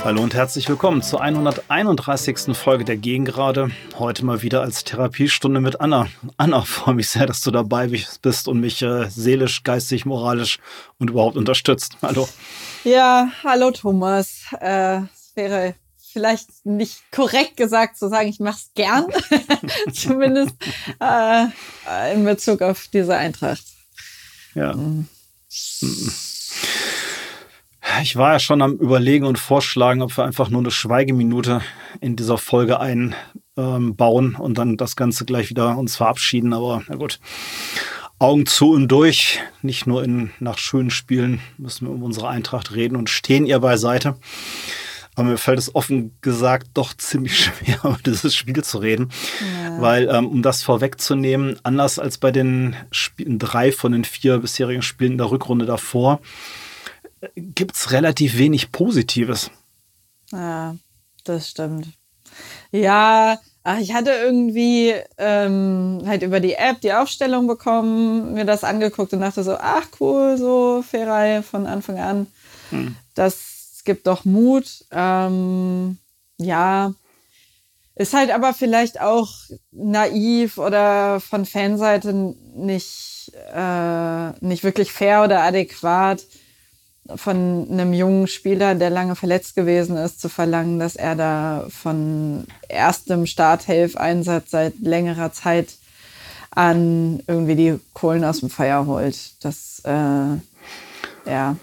Hallo und herzlich willkommen zur 131. Folge der Gegengrade. Heute mal wieder als Therapiestunde mit Anna. Anna, freue mich sehr, dass du dabei bist und mich seelisch, geistig, moralisch und überhaupt unterstützt. Hallo. Ja, hallo Thomas. Es wäre vielleicht nicht korrekt gesagt zu sagen, ich mache es gern. Zumindest in Bezug auf diese Eintracht. Ja. Ich war ja schon am Überlegen und Vorschlagen, ob wir einfach nur eine Schweigeminute in dieser Folge einbauen und dann das Ganze gleich wieder uns verabschieden. Aber na gut, Augen zu und durch. Nicht nur nach schönen Spielen müssen wir um unsere Eintracht reden und stehen ihr beiseite. Aber mir fällt es offen gesagt doch ziemlich schwer, über dieses Spiel zu reden. Ja. Weil, um das vorwegzunehmen, anders als bei den 3 von den 4 bisherigen Spielen in der Rückrunde davor, gibt's relativ wenig Positives. Ja, das stimmt. Ja, ich hatte irgendwie halt über die App die Aufstellung bekommen, mir das angeguckt und dachte so, ach cool, so Feray von Anfang an. Das gibt doch Mut. Ja, ist halt aber vielleicht auch naiv oder von Fanseite nicht wirklich fair oder adäquat, von einem jungen Spieler, der lange verletzt gewesen ist, zu verlangen, dass er da von erstem Starthelf-Einsatz seit längerer Zeit an irgendwie die Kohlen aus dem Feuer holt. Das, ja,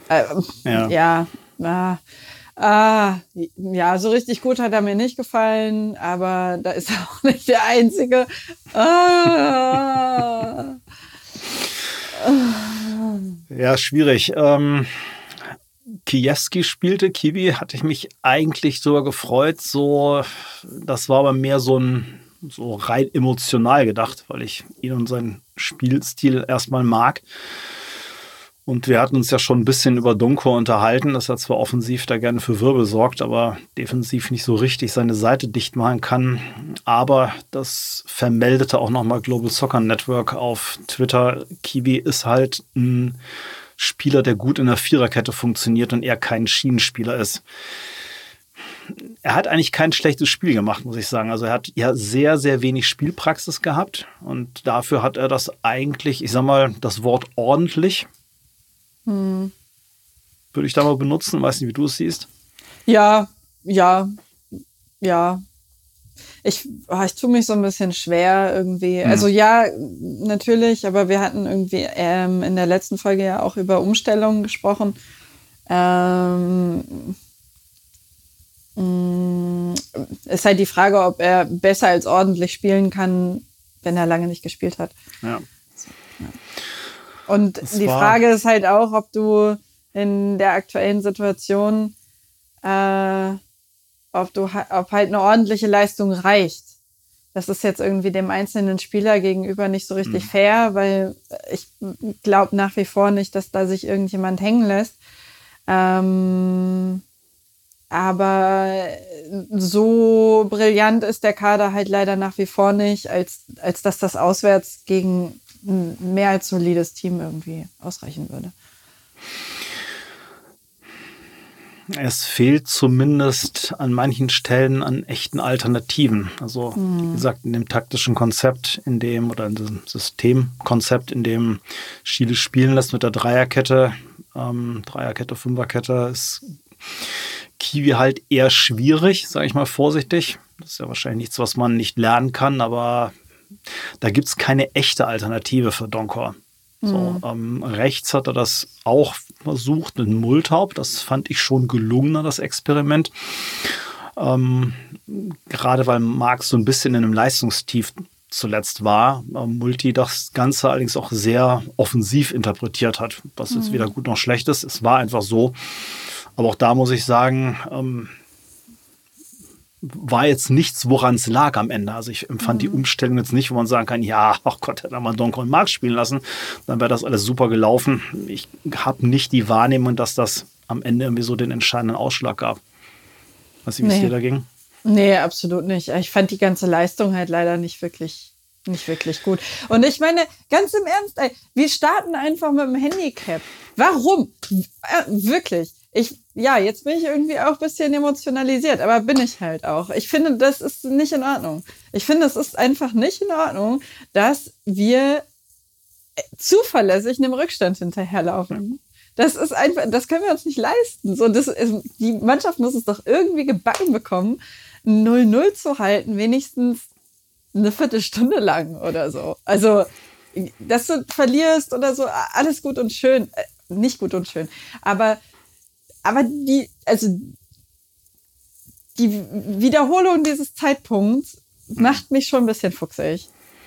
so richtig gut hat er mir nicht gefallen, aber da ist er auch nicht der Einzige. Ja, schwierig. Kiewski spielte, Kiwi, hatte ich mich eigentlich sogar gefreut. Das war aber mehr so rein emotional gedacht, weil ich ihn und seinen Spielstil erstmal mag. Und wir hatten uns ja schon ein bisschen über Donko unterhalten, dass er zwar offensiv da gerne für Wirbel sorgt, aber defensiv nicht so richtig seine Seite dicht machen kann. Aber das vermeldete auch nochmal Global Soccer Network auf Twitter. Kiwi ist halt ein Spieler, der gut in der Viererkette funktioniert und eher kein Schienenspieler ist. Er hat eigentlich kein schlechtes Spiel gemacht, muss ich sagen. Also er hat ja sehr, sehr wenig Spielpraxis gehabt und dafür hat er das eigentlich, ich sag mal, das Wort ordentlich würde ich da mal benutzen. Weiß nicht, wie du es siehst. Ja. Ich tue mich so ein bisschen schwer irgendwie. Also ja, natürlich, aber wir hatten irgendwie in der letzten Folge ja auch über Umstellungen gesprochen. Ist halt die Frage, ob er besser als ordentlich spielen kann, wenn er lange nicht gespielt hat. Ja. Und die Frage ist halt auch, ob du in der aktuellen Situation ob halt eine ordentliche Leistung reicht. Das ist jetzt irgendwie dem einzelnen Spieler gegenüber nicht so richtig fair, weil ich glaube nach wie vor nicht, dass da sich irgendjemand hängen lässt. Aber so brillant ist der Kader halt leider nach wie vor nicht, als dass das auswärts gegen ein mehr als solides Team irgendwie ausreichen würde. Es fehlt zumindest an manchen Stellen an echten Alternativen. Also, wie gesagt, in dem taktischen Konzept, in diesem Systemkonzept, in dem Chile spielen lässt mit der Dreierkette, Fünferkette, ist Kiwi halt eher schwierig, sage ich mal vorsichtig. Das ist ja wahrscheinlich nichts, was man nicht lernen kann, aber da gibt es keine echte Alternative für Donkor. Rechts hat er das auch versucht mit Multhaup. Das fand ich schon gelungener, das Experiment. Gerade weil Marc so ein bisschen in einem Leistungstief zuletzt war. Multi das Ganze allerdings auch sehr offensiv interpretiert hat. Was jetzt weder gut noch schlecht ist. Es war einfach so. Aber auch da muss ich sagen, war jetzt nichts, woran es lag am Ende. Also ich empfand die Umstellung jetzt nicht, wo man sagen kann, ja, ach Gott, hätte er mal Donko und Marc spielen lassen, dann wäre das alles super gelaufen. Ich habe nicht die Wahrnehmung, dass das am Ende irgendwie so den entscheidenden Ausschlag gab. Weißt du, wie es dir da ging? Nee, absolut nicht. Ich fand die ganze Leistung halt leider nicht wirklich gut. Und ich meine, ganz im Ernst, wir starten einfach mit dem Handicap. Warum? Wirklich. Jetzt bin ich irgendwie auch ein bisschen emotionalisiert, aber bin ich halt auch. Ich finde, das ist nicht in Ordnung. Ich finde, es ist einfach nicht in Ordnung, dass wir zuverlässig einem Rückstand hinterherlaufen. Das ist einfach, das können wir uns nicht leisten. So, die Mannschaft muss es doch irgendwie gebacken bekommen, 0-0 zu halten, wenigstens eine Viertelstunde lang oder so. Also, dass du verlierst oder so, alles gut und schön. Nicht gut und schön. Aber die Wiederholung dieses Zeitpunkts macht mich schon ein bisschen fuchsig.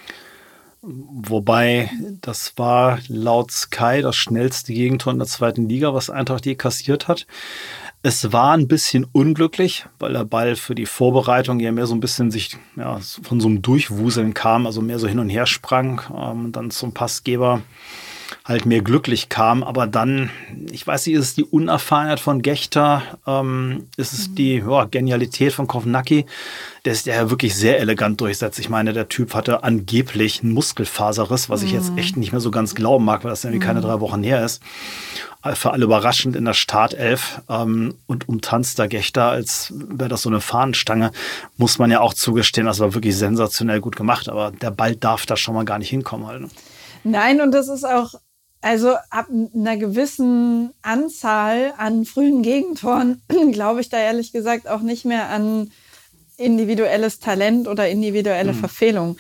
Wobei, das war laut Sky das schnellste Gegentor in der zweiten Liga, was Eintracht je kassiert hat. Es war ein bisschen unglücklich, weil der Ball für die Vorbereitung ja mehr so ein bisschen sich von so einem Durchwuseln kam, also mehr so hin und her sprang, dann zum Passgeber halt mehr glücklich kam. Aber dann, ich weiß nicht, ist es die Unerfahrenheit von Gechter, ist es die Genialität von Kovnacki, der sich ja wirklich sehr elegant durchsetzt. Ich meine, der Typ hatte angeblich einen Muskelfaserriss, was ich jetzt echt nicht mehr so ganz glauben mag, weil das irgendwie keine 3 Wochen her ist. Für alle überraschend in der Startelf und umtanzt der Gechter, als wäre das so eine Fahnenstange, muss man ja auch zugestehen, das war wirklich sensationell gut gemacht, aber der Ball darf da schon mal gar nicht hinkommen halt. Nein, und das ist auch, also ab einer gewissen Anzahl an frühen Gegentoren glaube ich da ehrlich gesagt auch nicht mehr an individuelles Talent oder individuelle Verfehlung.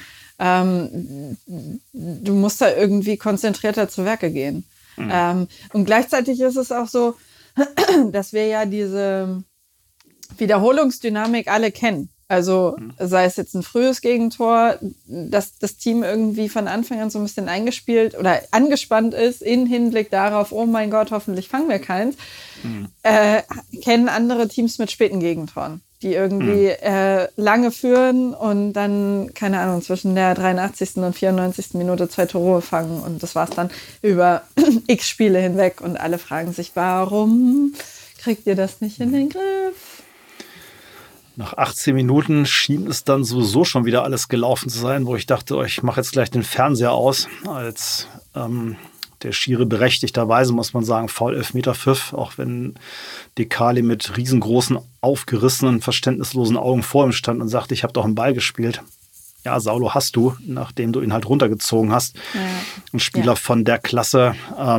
Du musst da irgendwie konzentrierter zu Werke gehen. Und gleichzeitig ist es auch so, dass wir ja diese Wiederholungsdynamik alle kennen. Also sei es jetzt ein frühes Gegentor, dass das Team irgendwie von Anfang an so ein bisschen eingespielt oder angespannt ist in Hinblick darauf, oh mein Gott, hoffentlich fangen wir keins, kennen andere Teams mit späten Gegentoren, die irgendwie lange führen und dann, keine Ahnung, zwischen der 83. und 94. Minute 2 Tore fangen und das war's dann über x Spiele hinweg und alle fragen sich, warum kriegt ihr das nicht in den Griff? Nach 18 Minuten schien es dann sowieso schon wieder alles gelaufen zu sein, wo ich dachte, ich mache jetzt gleich den Fernseher aus, als der Schiri berechtigterweise, muss man sagen, Foul-Elfmeter-Pfiff, auch wenn Dekali mit riesengroßen, aufgerissenen, verständnislosen Augen vor ihm stand und sagte, ich habe doch einen Ball gespielt. Ja, Saulo, hast du, nachdem du ihn halt runtergezogen hast. Ja. Ein Spieler von der Klasse,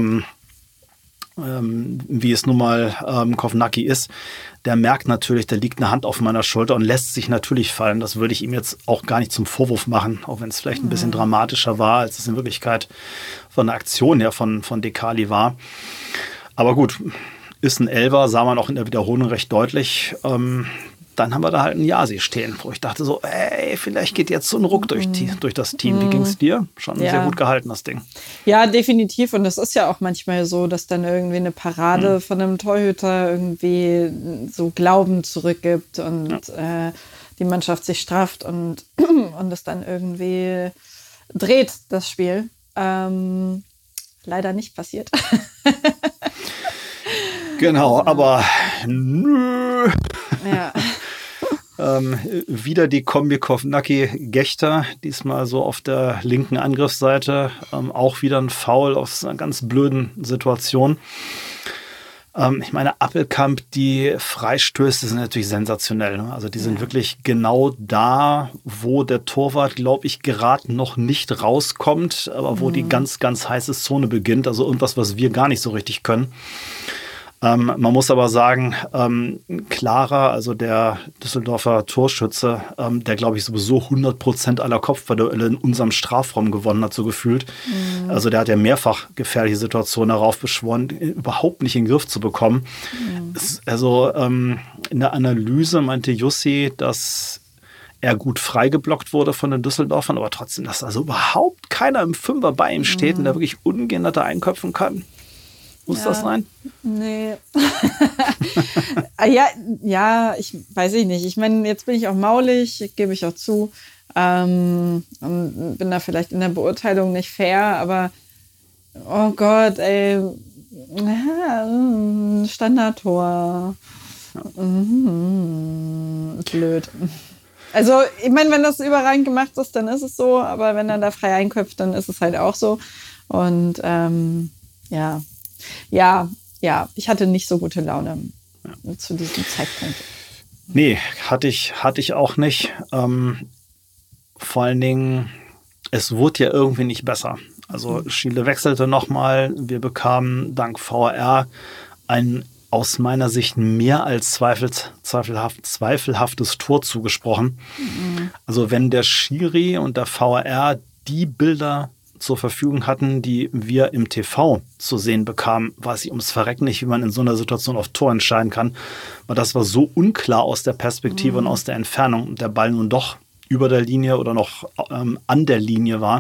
wie es nun mal Kovnacki ist, der merkt natürlich, da liegt eine Hand auf meiner Schulter und lässt sich natürlich fallen. Das würde ich ihm jetzt auch gar nicht zum Vorwurf machen, auch wenn es vielleicht ein bisschen dramatischer war, als es in Wirklichkeit von der Aktion her von Dekali war. Aber gut, ist ein Elfer, sah man auch in der Wiederholung recht deutlich. Dann haben wir da halt einen Jasi stehen, wo ich dachte so, vielleicht geht jetzt so ein Ruck durch das Team. Wie ging es dir? Schon sehr gut gehalten, das Ding. Ja, definitiv. Und das ist ja auch manchmal so, dass dann irgendwie eine Parade von einem Torhüter irgendwie so Glauben zurückgibt und die Mannschaft sich strafft und es dann irgendwie dreht, das Spiel. Leider nicht passiert. Genau, aber nö. Ja. Wieder die Kombi Kovnacki-Gechter, diesmal so auf der linken Angriffsseite. Auch wieder ein Foul aus einer ganz blöden Situation. Ich meine, Appelkamp, die Freistöße sind natürlich sensationell. Ne? Also die sind wirklich genau da, wo der Torwart, glaube ich, gerade noch nicht rauskommt, aber wo die ganz, ganz heiße Zone beginnt. Also irgendwas, was wir gar nicht so richtig können. Man muss aber sagen, Clara, also der Düsseldorfer Torschütze, der, glaube ich, sowieso 100% aller Kopfballduelle in unserem Strafraum gewonnen hat, so gefühlt. Also der hat ja mehrfach gefährliche Situationen darauf beschworen, überhaupt nicht in den Griff zu bekommen. Also in der Analyse meinte Jussi, dass er gut freigeblockt wurde von den Düsseldorfern, aber trotzdem, dass also überhaupt keiner im Fünfer bei ihm steht und der wirklich ungehindert einköpfen kann. Muss das sein? Nee. Ich weiß nicht. Ich meine, jetzt bin ich auch maulig, gebe ich auch zu. Und bin da vielleicht in der Beurteilung nicht fair, aber oh Gott, ey. Standardtor. Blöd. Also, ich meine, wenn das überragend gemacht ist, dann ist es so, aber wenn er da frei einköpft, dann ist es halt auch so. Und ja, ja, ich hatte nicht so gute Laune zu diesem Zeitpunkt. Nee, hatte ich auch nicht. Vor allen Dingen, es wurde ja irgendwie nicht besser. Also Schiele wechselte nochmal. Wir bekamen dank VAR ein aus meiner Sicht mehr als zweifelhaftes Tor zugesprochen. Also wenn der Schiri und der VAR die Bilder zur Verfügung hatten, die wir im TV zu sehen bekamen, weiß ich ums Verrecken nicht, wie man in so einer Situation auf Tor entscheiden kann. Weil das war so unklar aus der Perspektive und aus der Entfernung. Der Ball nun doch über der Linie oder noch an der Linie war.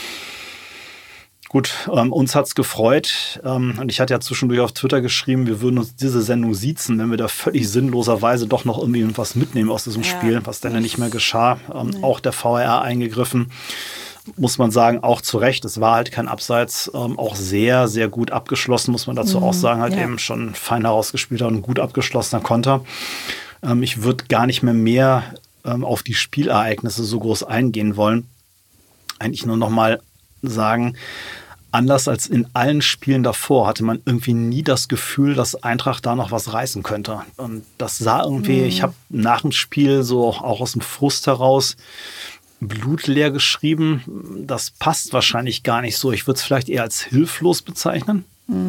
Gut, uns hat's gefreut. Und ich hatte ja zwischendurch auf Twitter geschrieben, wir würden uns diese Sendung siezen, wenn wir da völlig sinnloserweise doch noch irgendwie was mitnehmen aus diesem Spiel, was dann ja nicht mehr geschah. Auch der VAR eingegriffen. Muss man sagen, auch zu Recht. Es war halt kein Abseits, auch sehr, sehr gut abgeschlossen, muss man dazu auch sagen. Halt eben schon fein herausgespielter und gut abgeschlossener Konter. Ich würde gar nicht mehr auf die Spielereignisse so groß eingehen wollen. Eigentlich nur noch mal sagen, anders als in allen Spielen davor hatte man irgendwie nie das Gefühl, dass Eintracht da noch was reißen könnte. Und das sah irgendwie, ich habe nach dem Spiel so auch aus dem Frust heraus blutleer geschrieben. Das passt wahrscheinlich gar nicht so. Ich würde es vielleicht eher als hilflos bezeichnen.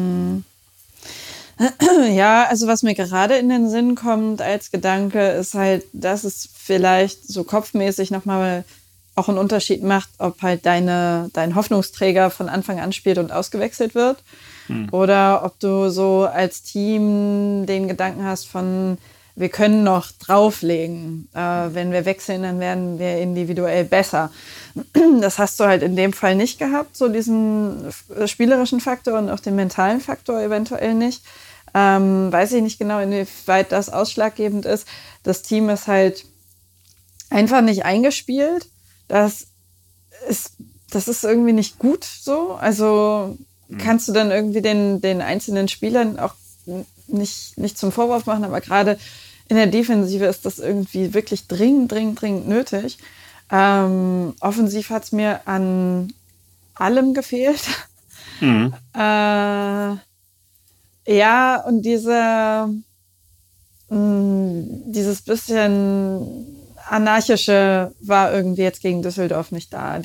Ja, also was mir gerade in den Sinn kommt als Gedanke, ist halt, dass es vielleicht so kopfmäßig nochmal auch einen Unterschied macht, ob halt dein Hoffnungsträger von Anfang an spielt und ausgewechselt wird. Oder ob du so als Team den Gedanken hast von, wir können noch drauflegen. Wenn wir wechseln, dann werden wir individuell besser. Das hast du halt in dem Fall nicht gehabt, so diesen spielerischen Faktor und auch den mentalen Faktor eventuell nicht. Weiß ich nicht genau, inwieweit das ausschlaggebend ist. Das Team ist halt einfach nicht eingespielt. Das ist irgendwie nicht gut so. Also kannst du dann irgendwie den einzelnen Spielern auch nicht zum Vorwurf machen, aber gerade in der Defensive ist das irgendwie wirklich dringend nötig. Offensiv hat es mir an allem gefehlt. Ja, und dieses bisschen Anarchische war irgendwie jetzt gegen Düsseldorf nicht da.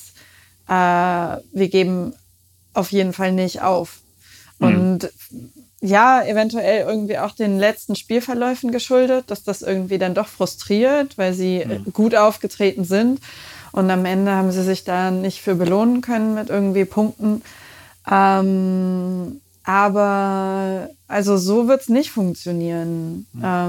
Wir geben auf jeden Fall nicht auf. Und ja, eventuell irgendwie auch den letzten Spielverläufen geschuldet, dass das irgendwie dann doch frustriert, weil sie gut aufgetreten sind. Und am Ende haben sie sich da nicht für belohnen können mit irgendwie Punkten. Aber also so wird's nicht funktionieren.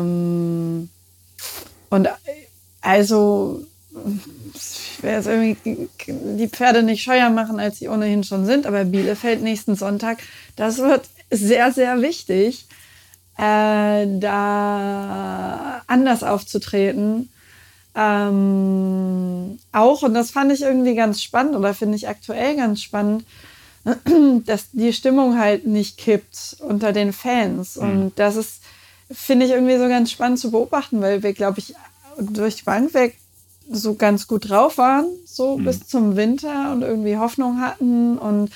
Und also ich will jetzt irgendwie die Pferde nicht scheuer machen, als sie ohnehin schon sind, aber Bielefeld nächsten Sonntag, das wird sehr, sehr wichtig, da anders aufzutreten. Auch, und das fand ich irgendwie ganz spannend oder finde ich aktuell ganz spannend, dass die Stimmung halt nicht kippt unter den Fans. Und das ist, finde ich, irgendwie so ganz spannend zu beobachten, weil wir, glaube ich, durch die Bank weg so ganz gut drauf waren, so bis zum Winter und irgendwie Hoffnung hatten. Und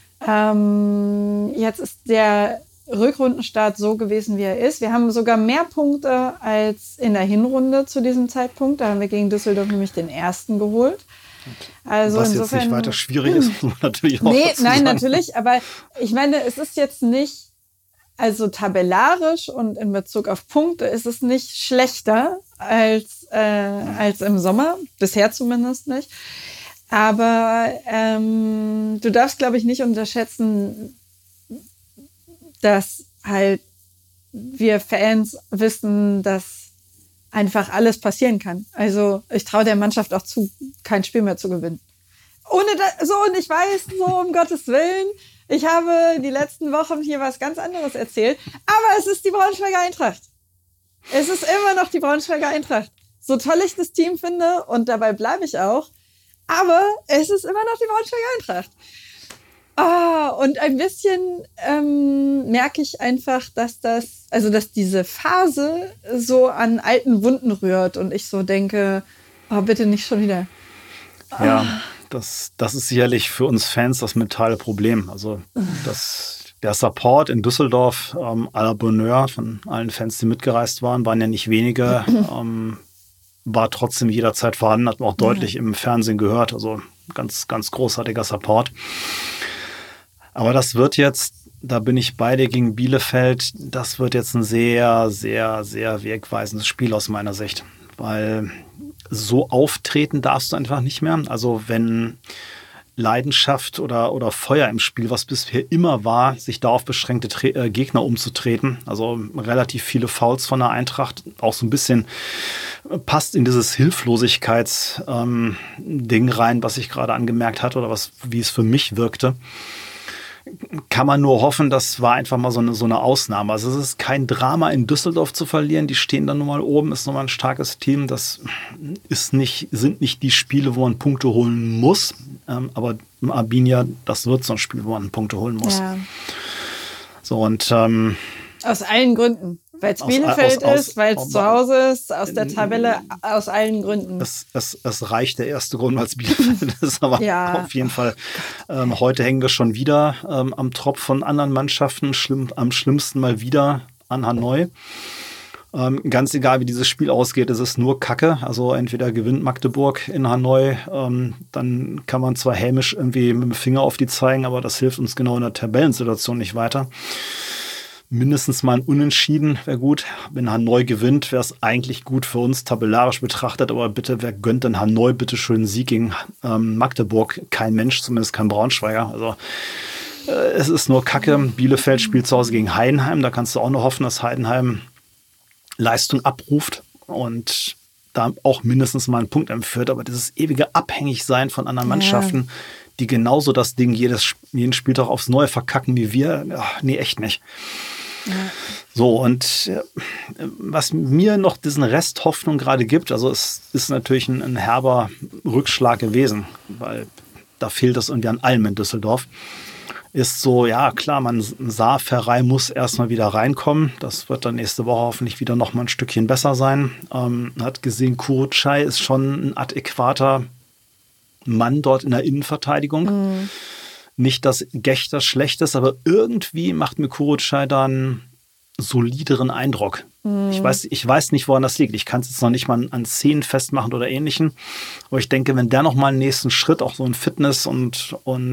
jetzt ist der Rückrundenstart so gewesen, wie er ist. Wir haben sogar mehr Punkte als in der Hinrunde zu diesem Zeitpunkt. Da haben wir gegen Düsseldorf nämlich den ersten geholt. Also was insofern, jetzt nicht weiter schwierig ist, muss man natürlich auch dazu nein, sagen. natürlich, aber ich meine, es ist jetzt nicht, also tabellarisch und in Bezug auf Punkte ist es nicht schlechter als im Sommer, bisher zumindest nicht. Aber du darfst, glaube ich, nicht unterschätzen, dass halt wir Fans wissen, dass einfach alles passieren kann. Also ich traue der Mannschaft auch zu, kein Spiel mehr zu gewinnen. Und ich weiß, so um Gottes Willen, ich habe die letzten Wochen hier was ganz anderes erzählt, aber es ist die Braunschweiger Eintracht. Es ist immer noch die Braunschweiger Eintracht. So toll ich das Team finde, und dabei bleibe ich auch, aber es ist immer noch die Braunschweiger Eintracht. Und ein bisschen merke ich einfach, dass diese Phase so an alten Wunden rührt und ich so denke, bitte nicht schon wieder. Ja, das ist sicherlich für uns Fans das mentale Problem. Also Der Support in Düsseldorf, à la Bonheur, von allen Fans, die mitgereist waren ja nicht wenige, war trotzdem jederzeit vorhanden, hat man auch deutlich im Fernsehen gehört, also ganz, ganz großartiger Support. Aber das wird jetzt, da bin ich bei dir gegen Bielefeld, das wird jetzt ein sehr, sehr, sehr wegweisendes Spiel aus meiner Sicht, weil so auftreten darfst du einfach nicht mehr. Also wenn Leidenschaft oder Feuer im Spiel, was bisher immer war, sich darauf beschränkte Gegner umzutreten. Also relativ viele Fouls von der Eintracht, auch so ein bisschen passt in dieses Hilflosigkeits-Ding rein, was ich gerade angemerkt hatte oder wie es für mich wirkte. Kann man nur hoffen, das war einfach mal so eine Ausnahme. Also es ist kein Drama, in Düsseldorf zu verlieren. Die stehen dann nun mal oben, ist nochmal ein starkes Team. Das sind nicht die Spiele, wo man Punkte holen muss. Aber Arminia, das wird so ein Spiel, wo man Punkte holen muss. Ja. So und aus allen Gründen. Weil es Bielefeld ist, weil es zu Hause ist, aus der Tabelle, aus allen Gründen. Es reicht der erste Grund, weil es Bielefeld ist, aber auf jeden Fall. Heute hängen wir schon wieder am Tropf von anderen Mannschaften, am schlimmsten mal wieder an Hanoi. Ganz egal, wie dieses Spiel ausgeht, es ist nur Kacke. Also entweder gewinnt Magdeburg in Hanoi, dann kann man zwar hämisch irgendwie mit dem Finger auf die zeigen, aber das hilft uns genau in der Tabellensituation nicht weiter. Mindestens mal ein Unentschieden wäre gut. Wenn Hanoi gewinnt, wäre es eigentlich gut für uns, tabellarisch betrachtet. Aber bitte, wer gönnt denn Hanoi bitte schön einen Sieg gegen Magdeburg? Kein Mensch, zumindest kein Braunschweiger. Also es ist nur Kacke. Bielefeld spielt zu Hause gegen Heidenheim. Da kannst du auch nur hoffen, dass Heidenheim Leistung abruft und da auch mindestens mal einen Punkt empführt. Aber dieses ewige Abhängigsein von anderen Mannschaften, die genauso das Ding jeden Spieltag aufs Neue verkacken wie wir, nee, echt nicht. Ja. So, und was mir noch diesen Rest Hoffnung gerade gibt, also es ist natürlich ein herber Rückschlag gewesen, weil da fehlt es irgendwie an allem in Düsseldorf, ist so, ja klar, Saarferrei muss erstmal wieder reinkommen. Das wird dann nächste Woche hoffentlich wieder noch mal ein Stückchen besser sein. Hat gesehen, Kurucay ist schon ein adäquater Mann dort in der Innenverteidigung. Nicht, dass Gechter schlecht ist, aber irgendwie macht mir Kurucay da einen solideren Eindruck. Ich weiß nicht, woran das liegt. Ich kann es jetzt noch nicht mal an Szenen festmachen oder Ähnlichem. Aber ich denke, wenn der noch mal einen nächsten Schritt, auch so in Fitness und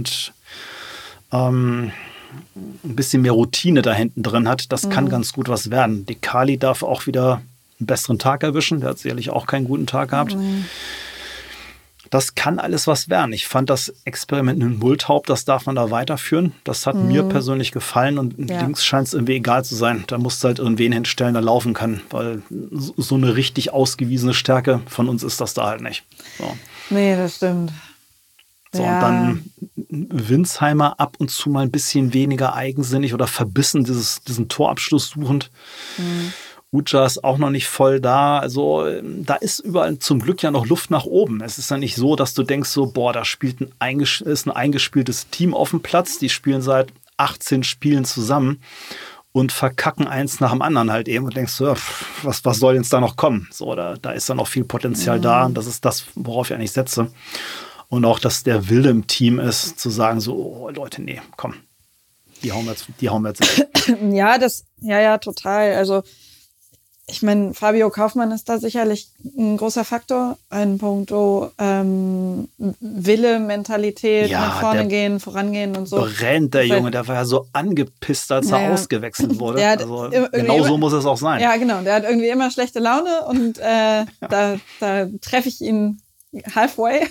ein bisschen mehr Routine da hinten drin hat, das kann ganz gut was werden. Dekali darf auch wieder einen besseren Tag erwischen. Der hat sicherlich auch keinen guten Tag gehabt. Das kann alles was werden. Ich fand das Experiment mit Multhaupt, das darf man da weiterführen. Das hat mir persönlich gefallen und links scheint es irgendwie egal zu sein. Da musst du halt irgendwen hinstellen, der laufen kann, weil so eine richtig ausgewiesene Stärke von uns ist das da halt nicht. So. Nee, das stimmt. So, und dann Winsheimer ab und zu mal ein bisschen weniger eigensinnig oder verbissen, diesen Torabschluss suchend. Uja ist auch noch nicht voll da. Also da ist überall zum Glück ja noch Luft nach oben. Es ist ja nicht so, dass du denkst so, boah, da spielt ist ein eingespieltes Team auf dem Platz. Die spielen seit 18 Spielen zusammen und verkacken eins nach dem anderen halt eben und denkst so, was soll jetzt da noch kommen? So, da ist dann auch viel Potenzial da. Und das ist das, worauf ich eigentlich setze. Und auch, dass der Wille im Team ist, zu sagen so, oh, Leute, nee, komm, die hauen wir jetzt weg. Ja, total. Also ich meine, Fabio Kaufmann ist da sicherlich ein großer Faktor in puncto Wille, Mentalität, nach vorne gehen, vorangehen und so. Brennt der Junge, der war ja so angepisst, als er ausgewechselt wurde. Also genau so muss es auch sein. Ja, genau. Der hat irgendwie immer schlechte Laune und da treffe ich ihn halfway.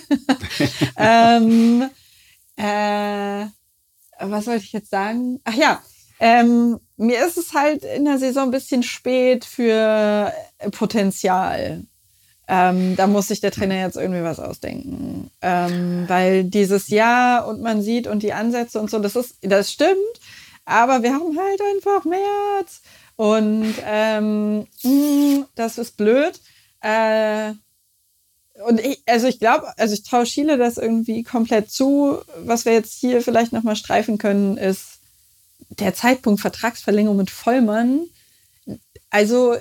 Was wollte ich jetzt sagen? Ach ja, mir ist es halt in der Saison ein bisschen spät für Potenzial. Da muss sich der Trainer jetzt irgendwie was ausdenken. Weil dieses Jahr und man sieht und die Ansätze und so, das stimmt. Aber wir haben halt einfach März. Und das ist blöd. Und ich glaube, ich traue Schiele das irgendwie komplett zu. Was wir jetzt hier vielleicht nochmal streifen können, ist der Zeitpunkt Vertragsverlängerung mit Vollmann. Also,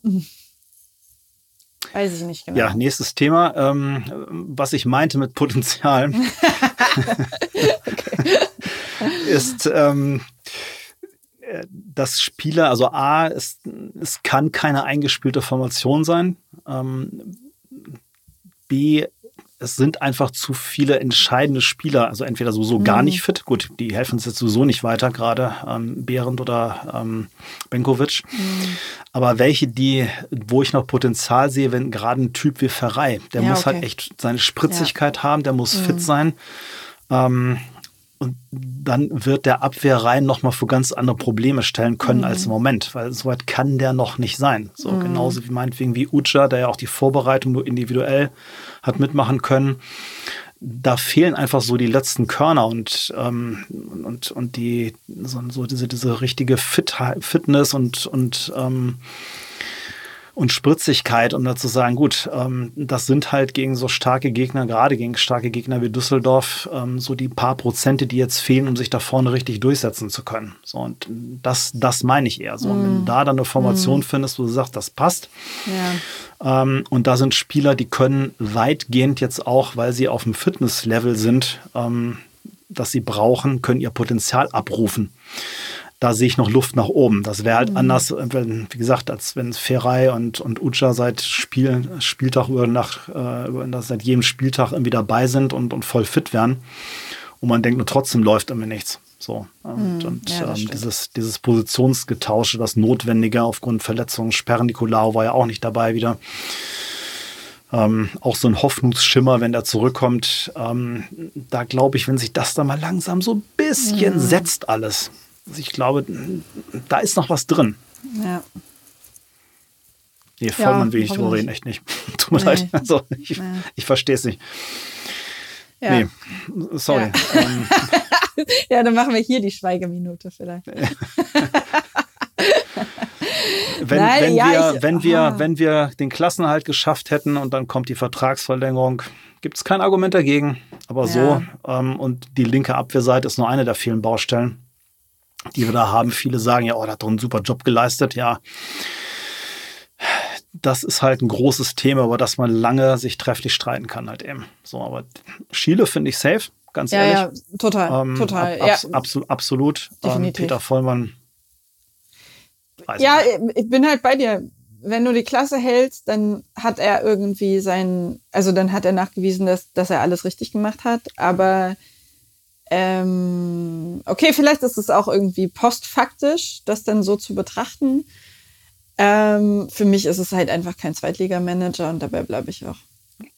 weiß ich nicht genau. Ja, nächstes Thema. Was ich meinte mit Potenzial ist, dass Spieler, also A, es kann keine eingespielte Formation sein. B, es sind einfach zu viele entscheidende Spieler, also entweder sowieso gar nicht fit, gut, die helfen uns jetzt sowieso nicht weiter, gerade Behrendt oder Benkovic, aber welche, wo ich noch Potenzial sehe, wenn gerade ein Typ wie Ferrei, der muss halt echt seine Spritzigkeit haben, der muss fit sein, und dann wird der Abwehrreihen nochmal für ganz andere Probleme stellen können als im Moment, weil soweit kann der noch nicht sein. So genauso wie meinetwegen wie Ucha, der ja auch die Vorbereitung nur individuell hat mitmachen können. Da fehlen einfach so die letzten Körner und die diese richtige Fitness und Spritzigkeit, um da zu sagen, gut, das sind halt gegen so starke Gegner, gerade gegen starke Gegner wie Düsseldorf, so die paar Prozente, die jetzt fehlen, um sich da vorne richtig durchsetzen zu können. So, und das meine ich eher so. Und wenn du da dann eine Formation findest, wo du sagst, das passt, und da sind Spieler, die können weitgehend jetzt auch, weil sie auf dem Fitnesslevel sind, das sie brauchen, können ihr Potenzial abrufen. Da sehe ich noch Luft nach oben. Das wäre halt anders, wie gesagt, als wenn Ferrei und Ucha seit Spieltag seit jedem Spieltag irgendwie dabei sind und voll fit wären. Und man denkt nur, trotzdem läuft irgendwie nichts. So. Dieses Positionsgetausche, das Notwendige aufgrund Verletzungen. Sperr-Nikolaou war ja auch nicht dabei wieder. Auch so ein Hoffnungsschimmer, wenn der zurückkommt. Da glaube ich, wenn sich das dann mal langsam so ein bisschen setzt alles. Also ich glaube, da ist noch was drin. Ja. Nee, Vollmann will ich drüber reden, echt nicht. Tut mir leid. Also ich verstehe es nicht. Ja. Nee, sorry. Ja. Dann machen wir hier die Schweigeminute vielleicht. Wenn wir den Klassenerhalt geschafft hätten und dann kommt die Vertragsverlängerung, gibt es kein Argument dagegen. Aber so, und die linke Abwehrseite ist nur eine der vielen Baustellen, die wir da haben. Viele sagen, der hat doch einen super Job geleistet. Ja, das ist halt ein großes Thema, über das man lange sich trefflich streiten kann halt eben. So, aber Schiele finde ich safe, ganz ehrlich. Ja, total. Absolut. Peter Vollmann. Ich bin halt bei dir. Wenn du die Klasse hältst, dann hat er irgendwie dann hat er nachgewiesen, dass er alles richtig gemacht hat. Aber okay, vielleicht ist es auch irgendwie postfaktisch, das dann so zu betrachten. Für mich ist es halt einfach kein Zweitligamanager und dabei bleibe ich auch.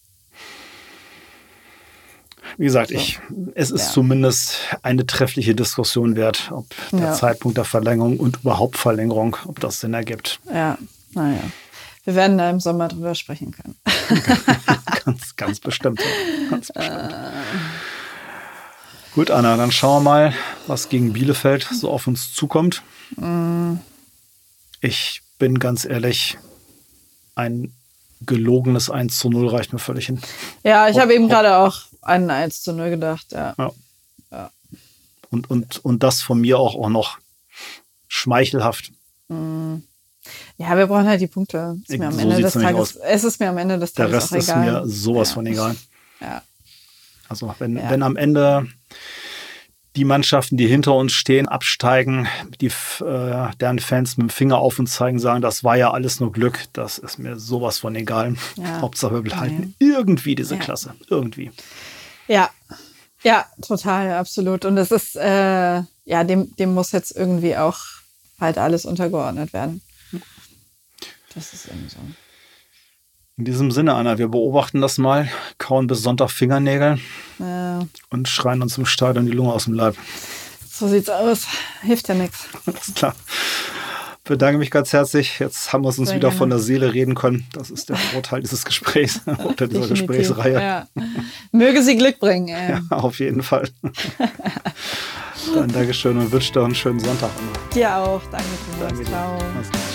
Wie gesagt, es ist zumindest eine treffliche Diskussion wert, ob der Zeitpunkt der Verlängerung und überhaupt Verlängerung, ob das Sinn ergibt. Ja, naja. Wir werden da im Sommer drüber sprechen können. Ganz bestimmt. Ganz bestimmt. Gut, Anna, dann schauen wir mal, was gegen Bielefeld so auf uns zukommt. Ich bin ganz ehrlich, ein gelogenes 1:0 reicht mir völlig hin. Ja, ich habe eben gerade auch an 1:0 gedacht. Ja. Und das von mir auch noch schmeichelhaft. Ja, wir brauchen halt die Punkte. Es ist mir am Ende des Tages Der Rest auch egal. ist mir sowas von egal. Ja. Also wenn am Ende die Mannschaften, die hinter uns stehen, absteigen, deren Fans mit dem Finger auf uns zeigen, sagen, das war ja alles nur Glück, das ist mir sowas von egal. Ja. Hauptsache wir behalten irgendwie diese Klasse. Irgendwie. Ja, total, absolut. Und das ist, dem muss jetzt irgendwie auch halt alles untergeordnet werden. Das ist eben so. In diesem Sinne, Anna, wir beobachten das mal, kauen bis Sonntag Fingernägel und schreien uns im Stadion die Lunge aus dem Leib. So sieht's aus. Hilft ja nichts. Alles klar. Bedanke mich ganz herzlich. Jetzt haben wir es uns wieder von der Seele reden können. Das ist der Vorteil dieses Gesprächs oder dieser Gesprächsreihe. Ja. Möge sie Glück bringen. Ja, auf jeden Fall. Dann Dankeschön und wünsche dir einen schönen Sonntag. Dir auch. Danke. Ciao.